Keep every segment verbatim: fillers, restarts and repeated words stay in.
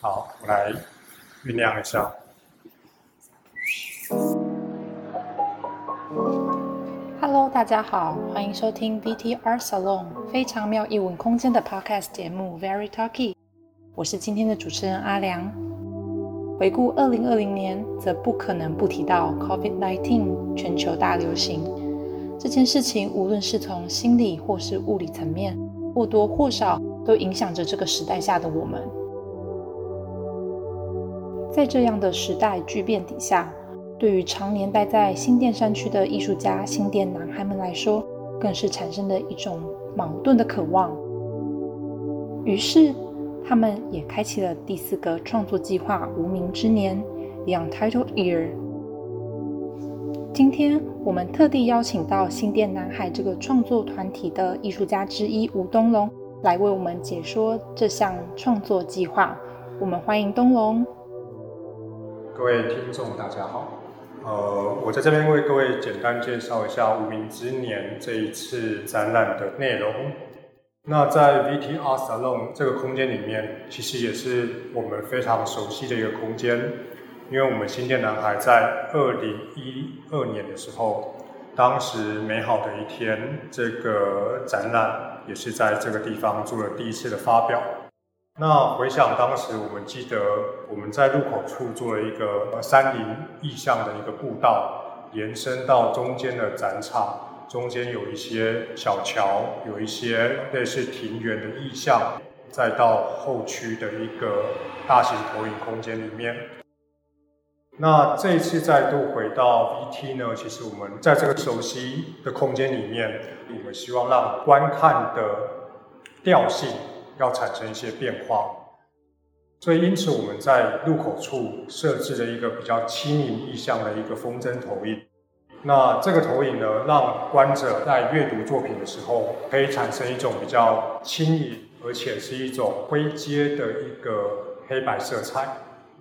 好，我来酝酿一下。 Hello， 大家好，欢迎收听 V T Art Salon 非常妙艺文空间的 Podcast 节目 Very Talky， 我是今天的主持人阿良。回顾二零二零年，则不可能不提到 COVID 十九 全球大流行。这件事情无论是从心理或是物理层面，或多或少都影响着这个时代下的我们。在这样的时代巨变底下，对于常年待在新店山区的艺术家新店男孩们来说，更是产生了一种矛盾的渴望。于是他们也开启了第四个创作计划无名之年 The Untitled Year。 今天我们特地邀请到新店男孩这个创作团体的艺术家之一吴东龙来为我们解说这项创作计划。我们欢迎东龙。 各位听众大家好，呃，我在这边为各位简单介绍一下无名之年这一次展览的内容。那在 V T Art Salon 这个空间里面，其实也是我们非常熟悉的一个空间，因为我们新店男孩在二零一二年的时候，当时美好的一天这个展览也是在这个地方做了第一次的发表。那回想当时，我们记得我们在入口处做了一个山林意象的一个步道，延伸到中间的展场，中间有一些小桥，有一些类似庭园的意象，再到后区的一个大型投影空间里面。那这一次再度回到 V T 呢，其实我们在这个熟悉的空间里面，我们希望让观看的调性要产生一些变化，所以因此我们在入口处设置了一个比较轻盈意象的一个风筝投影。那这个投影呢，让观者在阅读作品的时候，可以产生一种比较轻盈，而且是一种灰阶的一个黑白色彩。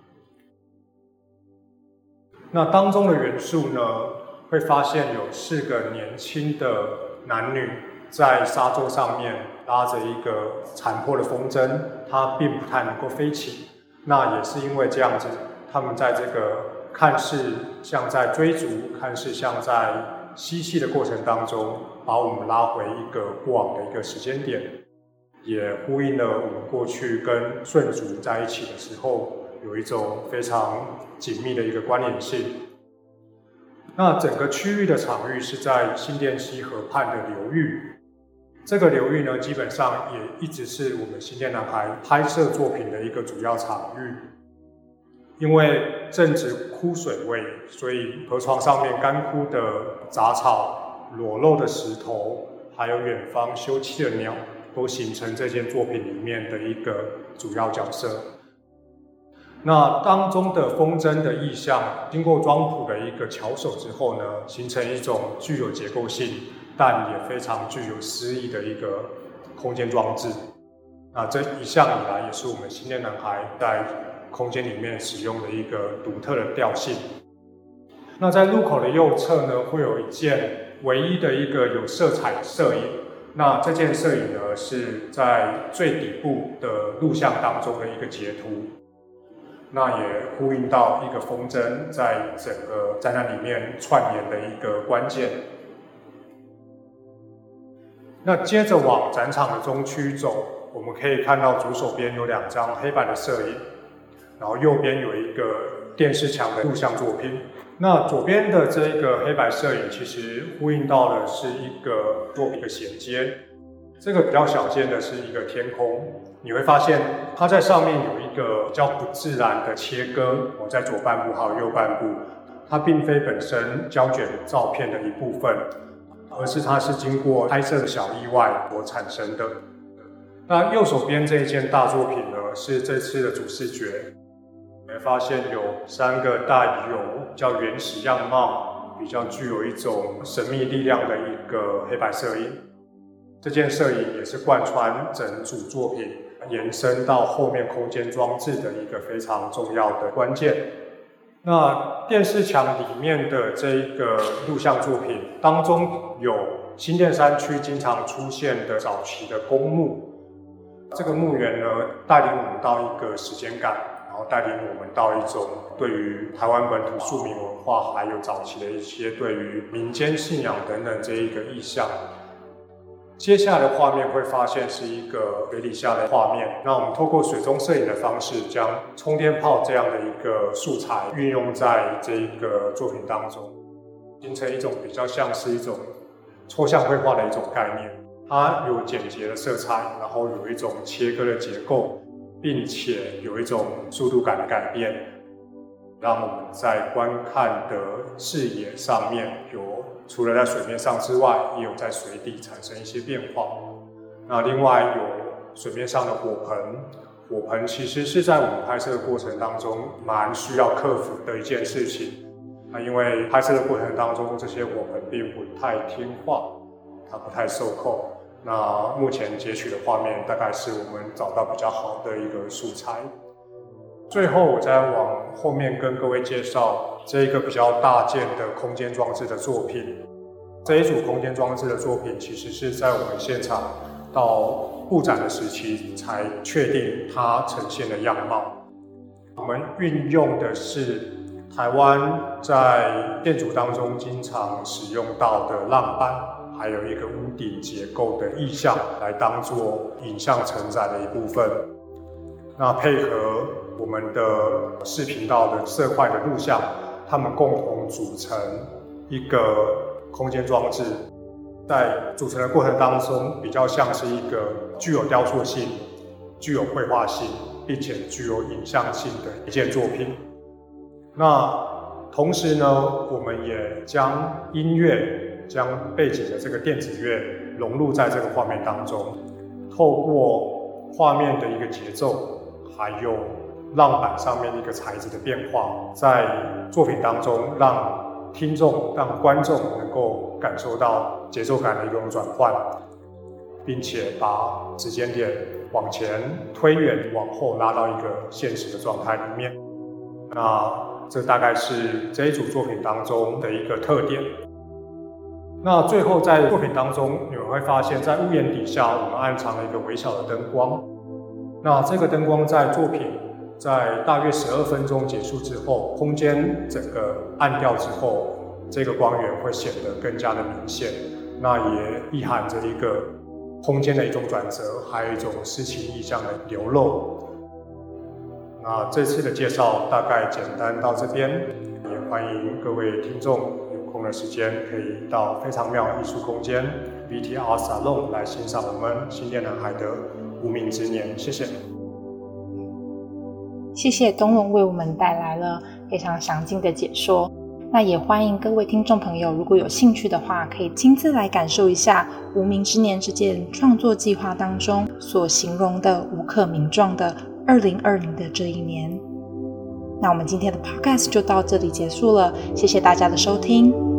那当中的元素呢，会发现有四个年轻的男女在沙洲上面拉着一个残破的风筝，它并不太能够飞起。那也是因为这样子，他们在这个看似像在追逐、看似像在嬉戏的过程当中，把我们拉回一个过往的一个时间点，也呼应了我们过去跟顺族在一起的时候，有一种非常紧密的一个关联性。那整个区域的场域是在新店溪河畔的流域。这个流域呢，基本上也一直是我们新店男孩拍摄作品的一个主要场域。因为正值枯水位，所以河床上面干枯的杂草、裸露的石头，还有远方休憩的鸟，都形成这件作品里面的一个主要角色。那当中的风筝的意象，经过装谱的一个巧手之后呢，形成一种具有结构性，但也非常具有诗意的一个空间装置。那这一向以来也是我们新店男孩在空间里面使用的一个独特的调性。那在入口的右侧呢，会有一件唯一的一个有色彩的摄影。那这件摄影呢，是在最底部的录像当中的一个截图。那也呼应到一个风筝在整个展览里面串联的一个关键。那接着往展场的中区走，我们可以看到左手边有两张黑白的摄影，然后右边有一个电视墙的录像作品。那左边的这一个黑白摄影，其实呼应到的是一个作品的衔接。这个比较小见的是一个天空，你会发现它在上面有一个比较不自然的切割，我在左半部还有右半部，它并非本身胶卷照片的一部分，而是它是经过拍摄的小意外所产生的。那右手边这一件大作品呢，是这次的主视觉，你会发现有三个带有比较原始样貌、比较具有一种神秘力量的一个黑白摄影。这件摄影也是贯穿整组作品，延伸到后面空间装置的一个非常重要的关键。那电视墙里面的这一个录像作品当中，有新店山区经常出现的早期的公墓。 这个墓园呢，带领我们到一个时间感，然后带领我们到一种对于台湾本土庶民文化，还有早期的一些对于民间信仰等等这一个意象。接下来的画面会发现是一个水底下的画面，那我们透过水中摄影的方式，将冲天炮这样的一个素材运用在这一个作品当中，形成一种比较像是一种抽象绘画的一种概念。它有简洁的色彩，然后有一种切割的结构，并且有一种速度感的改变，让我们在观看的视野上面有除了在水面上之外，也有在水底产生一些变化。那另外有水面上的火盆，火盆其实是在我们拍摄的过程当中蛮需要克服的一件事情。那因为拍摄的过程当中，这些火盆并不太听话，它不太受控。那目前截取的画面大概是我们找到比较好的一个素材。最后我再往后面跟各位介绍这一个比较大件的空间装置的作品。这一组空间装置的作品其实是在我们现场到布展的时期才确定它呈现的样貌。我们运用的是台湾在建筑当中经常使用到的浪板，还有一个屋顶结构的意象来当作影像承载的一部分。那配合我们的视频道的色块的录像，它们共同组成一个空间装置。在组成的过程当中，比较像是一个具有雕塑性、具有绘画性，并且具有影像性的一件作品。那同时呢，我们也将音乐、将背景的这个电子乐融入在这个画面当中，透过画面的一个节奏，还有浪板上面一个材质的变化，在作品当中让听众、让观众能够感受到节奏感的一种转换，并且把时间点往前推远，往后拉到一个现实的状态里面。那这大概是这一组作品当中的一个特点。那最后在作品当中，你们会发现在屋檐底下，我们暗藏了一个微小的灯光。那这个灯光在作品在大约十二分钟结束之后，空间整个暗掉之后，这个光源会显得更加的明显。那也意含着一个空间的一种转折，还有一种诗情意象的流露。那这次的介绍大概简单到这边，也欢迎各位听众有空的时间可以到非常妙艺术空间 V T R Salon 来欣赏我们新店南海的无名之年。谢谢。 谢谢东龙为我们带来了非常详尽的解说。那也欢迎各位听众朋友，如果有兴趣的话，可以亲自来感受一下无名之年这件创作计划当中所形容的无可名状的二零二零的这一年。那我们今天的 podcast 就到这里结束了，谢谢大家的收听。